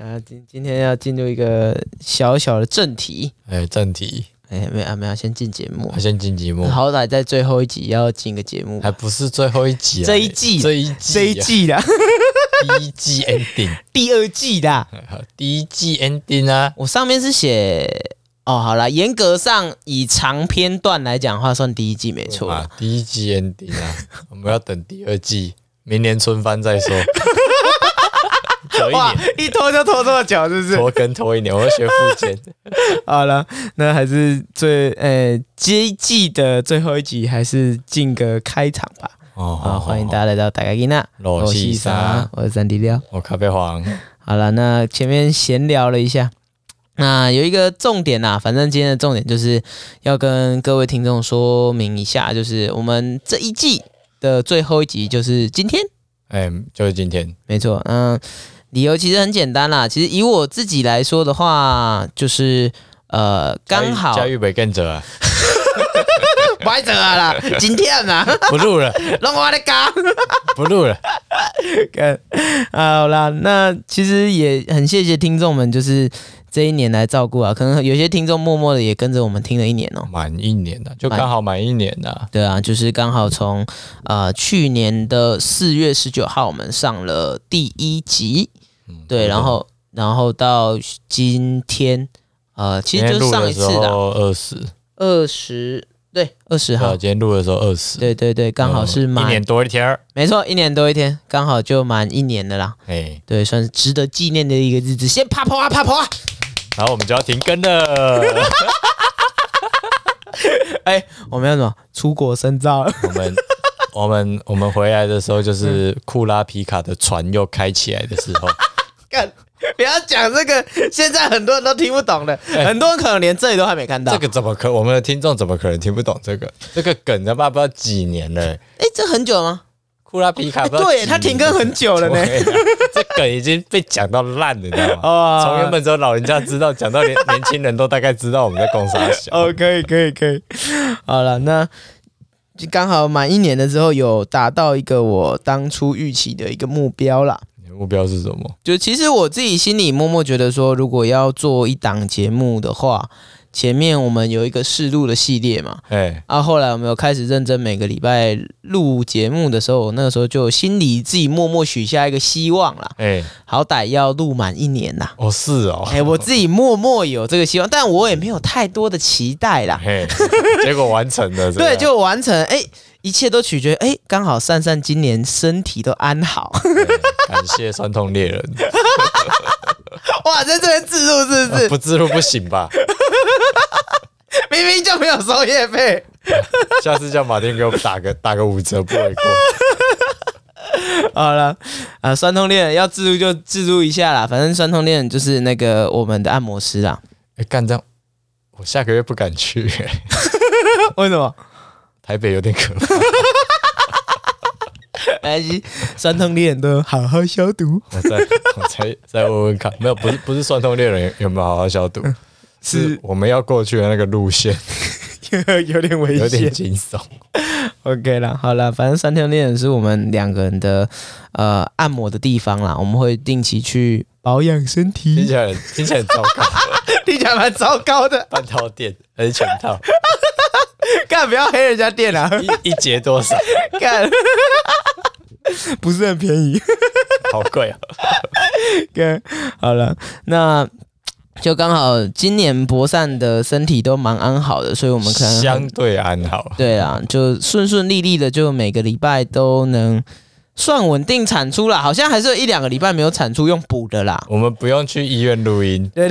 今天要进入一个小小的正题。 正题。 没有，先进节目。 先进节目。 好歹在最后一集要进个节目。 还不是最后一集啊？ 这一季啦。 第一季 ending。 第二季啦。 第一季 ending 啊。 我上面是写好啦，严格上以长篇段来讲的话，算第一季没错。 第一季 ending 啊，我们要等第二季，明年春番再说。 哇，一拖就拖这么久，是不是？ 拖一年，我要学复健。 好了，那还是这一季的最后一集，还是进个开场吧。欢迎大家来到大家囡仔， 我是西沙， 我是三 D 料， 我咖啡黄。 好了，那前面闲聊了一下，那有一个重点啦，反正今天的重点就是要跟各位听众说明一下，就是我们这一季的最后一集就是今天。 就是今天， 没错。理由其实很简单啦，其实以我自己来说的话，就是刚好教育没跟着啊， 白走啊啦，今天啊， 不录了， 让我来讲， 不录了。 好啦，那其实也很谢谢听众们，就是这一年来照顾啊，可能有些听众默默的也跟着我们听了一年哦， 满一年了，就刚好满一年了。 对啊，就是刚好从去年的4月19号我们上了第一集，对，然后到今天，其实就是上一次的20，对，20号。 今天录的时候20。 对，刚好是满 1年多一天。 没错，1年多一天，刚好就满1年了啦。对，算是值得纪念的一个日子。先啪啪啪啪， 然后我们就要停更了。 我们要什么？出国深造了。 我们回来的时候，就是库拉皮卡的船又开起来的时候。 不要讲这个，现在很多人都听不懂的，很多人可能连这里都还没看到。 这个怎么可？我们的听众怎么可能听不懂这个？这个梗他妈不知道几年了。 这很久了吗？ 库拉皮卡对，他停更很久了呢。 这梗已经被讲到烂了，你知道吗？从原本只有老人家知道，讲到年轻人都大概知道我们在攻啥小。 可以。好了，那就刚好满1年了之后，有达到一个我当初预期的一个目标啦。 目标是什么？ 就其实我自己心里默默觉得说，如果要做一档节目的话，前面我们有一个试录的系列嘛，后来我们有开始认真每个礼拜录节目的时候，我那个时候就心里自己默默许下一个希望啦，好歹要录满1年啦。 是哦， 我自己默默有这个希望，但我也没有太多的期待啦。 结果完成了， 对，就完成，一切都取决刚好善善今年身体都安好。 感谢酸痛猎人。 哇，在这边自录是不是？ 不自录不行吧？ 明明就没有收业费。 下次叫马丁给我打个5折不为过。 好了酸痛猎人要自录就自录一下啦，反正酸痛猎人就是那个我们的按摩师啦。 干这样，我下个月不敢去。 为什么？ 台北有点可怕。 没关系，酸痛猎人都好好消毒。 我再问问看，没有，不是酸痛猎人有没有好好消毒，是我们要过去的那个路线有点危险， 有点惊悚。 OK 啦，好啦，反正酸痛猎人是我们2个人的按摩的地方啦，我们会定期去保养身体。 听起来很糟糕。 听起来蛮糟糕的。 半套店还是全套？ 干，不要黑人家店啊！ 一节多少？ 干，不是很便宜， 好贵啊！ 干，好了，那就刚好今年博善的身体都蛮安好的，所以我们可能相对安好。 对啊，就顺利利的，就每个礼拜都能算稳定产出啦。好像还是有1-2个礼拜没有产出，用补的啦。 我们不用去医院录音。 对。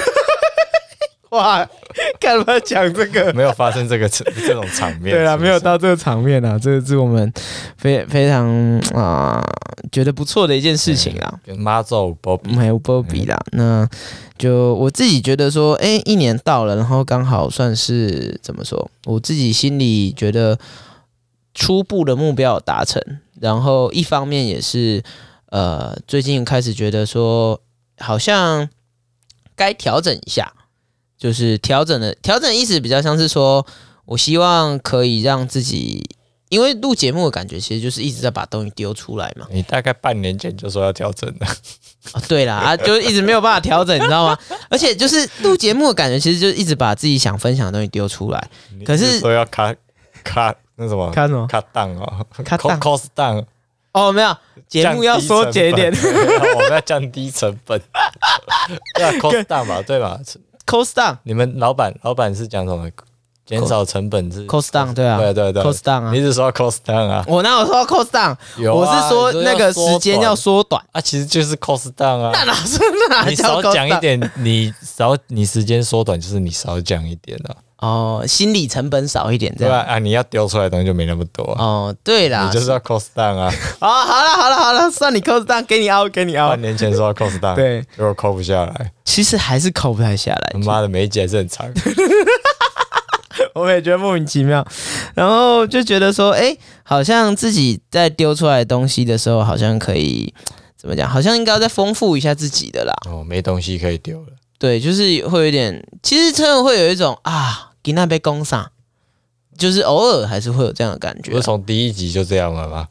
哇，干嘛讲这个？ 没有发生这种场面。 对啦，没有到这个场面啊，这是我们非常觉得不错的一件事情啦。 妈祖波比， 没有波比啦。那就我自己觉得说，1年到了，然后刚好算是怎么说，我自己心里觉得初步的目标有达成，然后一方面也是最近开始觉得说，好像该调整一下。就是调整的意思比较像是说，我希望可以让自己因为录节目的感觉其实就是一直在把东西丢出来嘛。 你大概半年前就说要调整了。 哦，对啦，就一直没有办法调整，你知道吗？而且就是录节目的感觉，其实就一直把自己想分享的东西丢出来。可是说要卡那什么？ 卡什么？ 卡档哦， 卡档 cost down。 哦，没有，节目要缩减一点， 我们要降低成本。对啊 ，cost down 吧，对吧 ？cost down。 你们老板是讲什么？减少成本是 cost down， 对啊， 对 cost down 啊， 你一直说 cost down 啊， 我哪有说 cost down？我是说那个时间要缩短啊，其实就是 cost down 啊。 那哪是哪？ 你少讲一点，你时间缩短就是你少讲一点啊。 哦，心理成本少一点， 对吧？啊，你要丢出来的东西就没那么多。 哦，对啦， 你就是要 cost down 啊。 哦，好了，算你 cost down，给你凹。 半年前说要 cost down， 对， 结果扣不下来。 其实还是扣不太下来。 他妈的，每一集还是很长。 我也觉得莫名其妙，然后就觉得说，好像自己在丢出来的东西的时候，好像可以怎么讲？好像应该要再丰富一下自己的啦。 哦，没东西可以丢了。 对，就是会有点，其实真的会有一种今天被攻上，就是偶尔还是会有这样的感觉。 不是从第一集就这样了吗？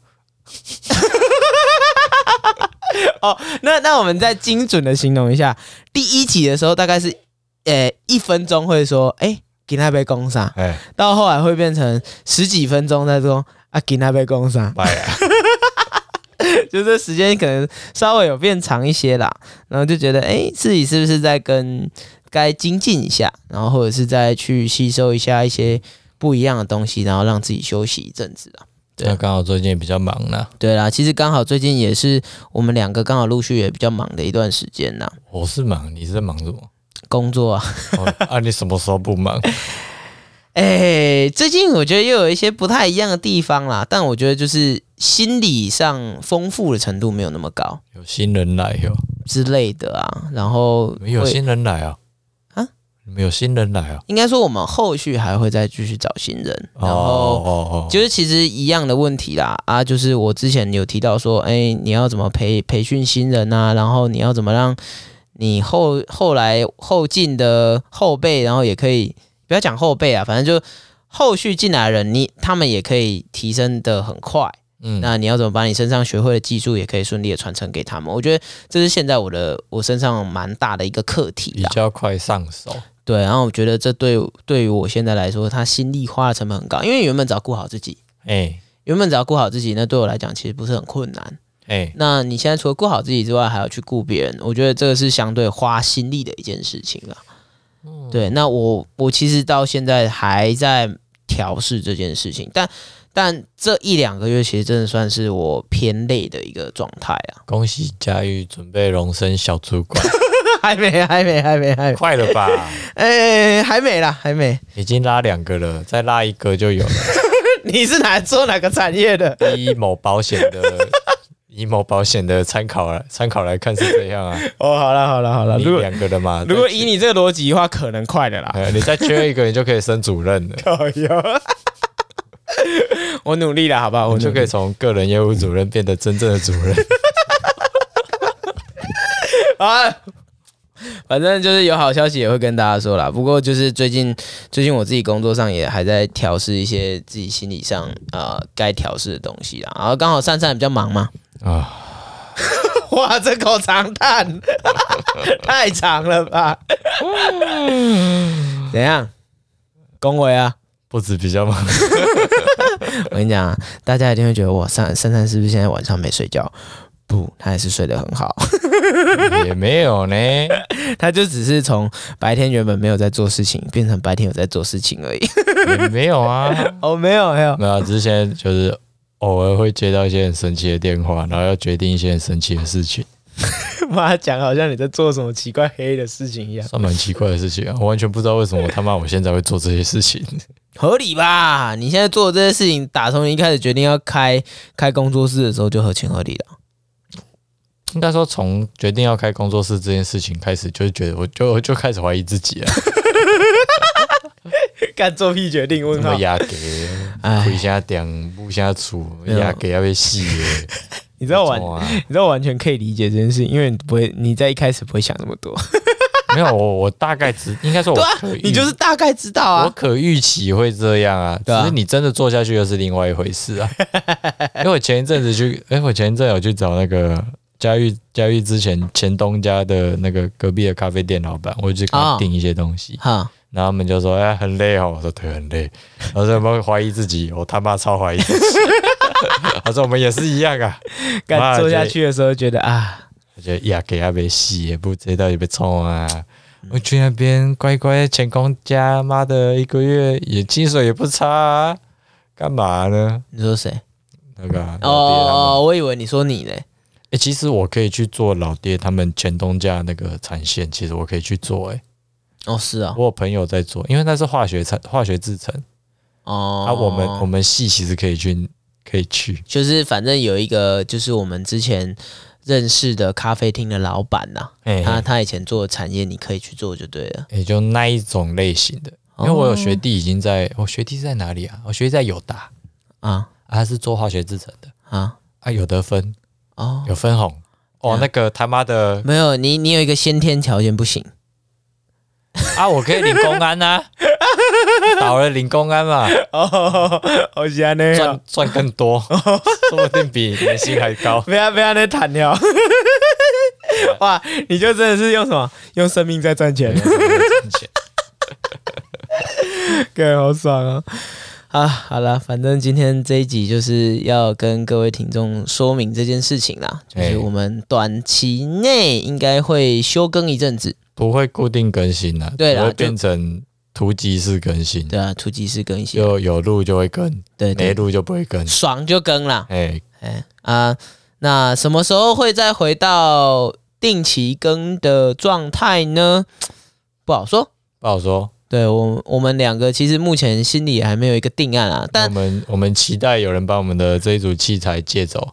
哦，那我们再精准的形容一下，第一集的时候大概是1分钟会说，今天被攻上，到后来会变成10几分钟在说今天被攻上，就这时间可能稍微有变长一些啦，然后就觉得自己是不是在该精进一下，然后或者是再去吸收一下一些不一样的东西，然后让自己休息一阵子啦。对， 那刚好最近也比较忙啦。 对啦，其实刚好最近也是我们2个刚好陆续也比较忙的一段时间啦。 我是忙，你是在忙什么？ 工作啊。 你什么时候不忙？ 最近我觉得又有一些不太一样的地方啦，但我觉得就是心理上丰富的程度没有那么高。 有新人来之类的啊，然后有新人来啊？你们有新人来啊？ 应该说我们后续还会再继续找新人，然后就是其实一样的问题啦就是我之前有提到说，你要怎么培训新人啊，然后你要怎么让你后进的后辈，然后也可以不要讲后辈啊，反正就后续进来的人，他们也可以提升的很快。那你要怎么把你身上学会的技术也可以顺利的传承给他们？我觉得这是现在我身上蛮大的一个课题啦， 比较快上手。 对，然后我觉得这对于我现在来说，他心力花的成本很高，因为原本只要顾好自己，那对我来讲其实不是很困难。那你现在除了顾好自己之外，还要去顾别人，我觉得这个是相对花心力的一件事情啦。对，那我其实到现在还在调试这件事情，但这1-2个月其实真的算是我偏累的一个状态啊。 恭喜佳玉准备荣升小主管。 还没， 快了吧？ 还没， 已经拉2个了，再拉1个就有了。 你是做哪个产业的？ 以某保险的参考来看是这样啊。 好了， 你2个了嘛？ 如果以你这个逻辑的话，可能快的啦。 你再缺1个，你就可以升主任了。 我努力了，好不好？ 我就可以从个人业务主任变得真正的主任。 反正就是有好消息也会跟大家说啦。不过就是最近我自己工作上也还在调试一些自己心理上该调试的东西啦。然后刚好珊珊比较忙嘛。哇，这口长叹太长了吧？怎样？恭维啊？ 不止比较忙。 我跟你讲大家一定会觉得哇，珊珊是不是现在晚上没睡觉？不，他还是睡得很好。 也没有呢， 他就只是从白天原本没有在做事情，变成白天有在做事情而已。 也没有啊。 没有， 之前就是偶尔会接到一些很神奇的电话，然后要决定一些很神奇的事情。 妈讲好像你在做什么奇怪黑的事情一样， 算蛮奇怪的事情啊，我完全不知道为什么我现在会做这些事情。 合理吧？你现在做的这些事情，打从你一开始决定要开工作室的时候就合情合理了。 应该说，从决定要开工作室这件事情开始，就是觉得我就开始怀疑自己了。 干做屁决定？问号。 压给，亏下点，不下出，压给要被洗耶。 你知道完全可以理解这件事情，因为你在一开始不会想那么多。 没有，我大概应该说我你就是大概知道啊， 我可预期会这样啊，只是你真的做下去又是另外一回事啊。因为我前一阵有去找那个嘉裕之前东家的那个隔壁的咖啡店老板，我就去给他订一些东西。然后他们就说：“哎，很累哦。”我说：“对，很累。”然后说：“有没有怀疑自己？”我他妈超怀疑自己。他说：“我们也是一样啊。” 干做下去的时候觉得啊， 我觉得呀，给他被洗，也不知道有被冲啊。我去那边乖乖前公家，妈的，一个月也薪水也不差啊，干嘛呢？ 你说谁？ 那个我以为你说你嘞。 其实我可以去做老爹他们前东家那个产线，其实我可以去做是啊， 我有朋友在做，因为那是化学制成我们系其实可以去， 就是反正有一个就是我们之前认识的咖啡厅的老板呐，他以前做的产业，你可以去做就对了， 就那一种类型的，因为我有学弟我学弟在哪里啊？我学弟在友达他是做化学制成的有得分有分红那个他妈的没有你有一个先天条件不行。 我可以领公安啊，倒了领公安嘛， 好像呢， 赚更多，说不定比年薪还高。 不要那谈了，哇，你就真的是用什么？用生命在赚钱，哥好爽好了，反正今天这一集就是要跟各位听众说明这件事情啦，就是我们短期内应该会休更一阵子。 不会固定更新啦， 对啦， 会变成突击式更新。 对啊，突击式更新， 就有录就会更， 对， 没录就不会更， 爽就更啦。那什么时候会再回到定期更的状态呢？不好说。对，我们两个其实目前心里还没有一个定案啊，但我们期待有人把我们的这一组器材借走。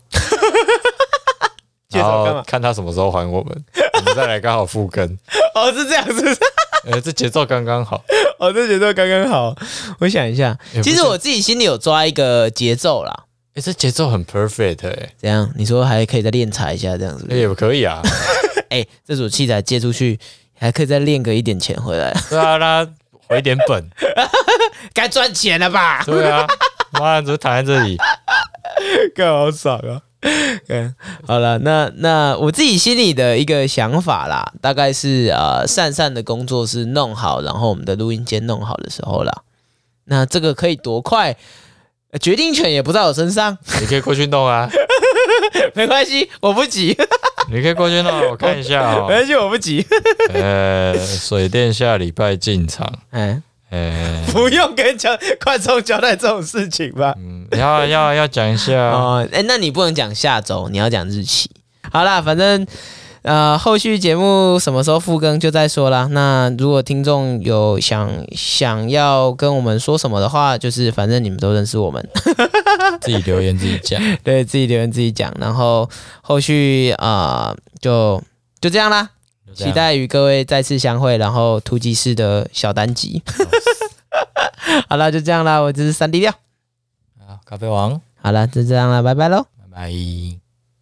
然后看他什么时候还我们再来刚好复更。 是这样子。 这节奏刚刚好。 这节奏刚刚好。我想一下，其实我自己心里有抓一个节奏啦。 这节奏很 perfect 怎样？你说还可以再练踩一下这样子？ 也可以啊。 这组器材借出去，还可以再练个一点钱回来。 对啊，让他回点本。 该赚钱了吧？ 对啊，妈的，只是躺在这里， 干好爽啊！好了，那我自己心里的一个想法啦，大概是善善的工作室弄好，然后我们的录音间弄好的时候啦，那这个可以多快，决定权也不在我身上。 你可以过去弄啊。 没关系，我不急。 你可以过去弄，我看一下没关系，我不急。 水电下礼拜进场。 不用跟观众交代这种事情吧。 要讲一下那你不能讲下周，你要讲日期。好啦，反正后续节目什么时候复更就再说啦。那如果听众有想要跟我们说什么的话，就是反正你们都认识我们， 自己留言自己讲。 对，自己留言自己讲。然后后续就这样啦。期待与各位再次相会，然后突击式的小单集。好了，就这样啦，我这是3D 料， 咖啡王。 好了，就这样啦，拜拜喽， 拜拜。